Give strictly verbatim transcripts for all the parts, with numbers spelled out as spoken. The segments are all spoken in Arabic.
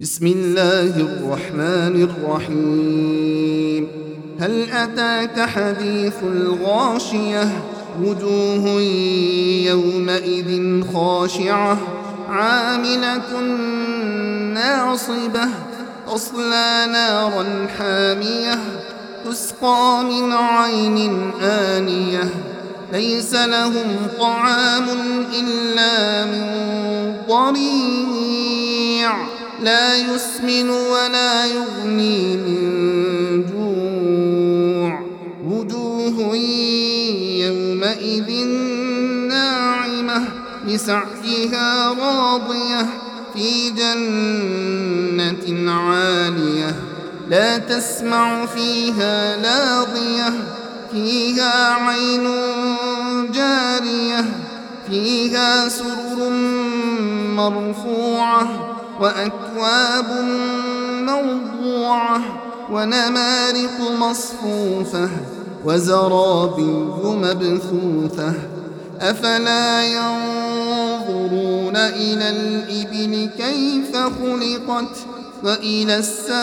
بسم الله الرحمن الرحيم. هل أتاك حديث الغاشية؟ وجوه يومئذ خاشعة عاملة ناصبة تصلى نارا حامية تسقى من عين آنية ليس لهم طعام إلا من ضريع لا يسمن ولا يغني من جوع. وجوه يومئذ ناعمة لسعيها راضية في جنة عالية لا تسمع فيها لاغية فيها عين جارية فيها سرر مرفوعة وأكواب موضوعة ونمارق مصفوفة وزرابي مبثوثة. أفلا ينظرون إلى الإبل كيف خلقت وإلى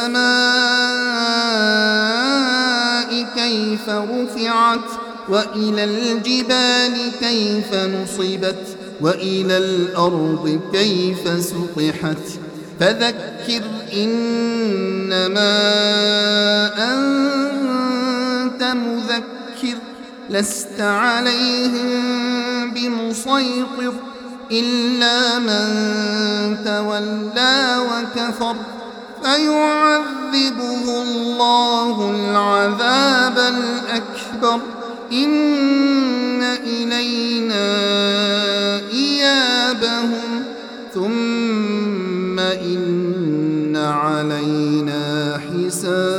السماء كيف رفعت وإلى الجبال كيف نصبت وإلى الأرض كيف سطحت. فذكر إنما أنت مذكر لست عليهم بمسيطر إلا من تولى وكفر فيعذبه الله العذاب الأكبر. إن إلينا إيابهم ثم إن علينا حسابهم.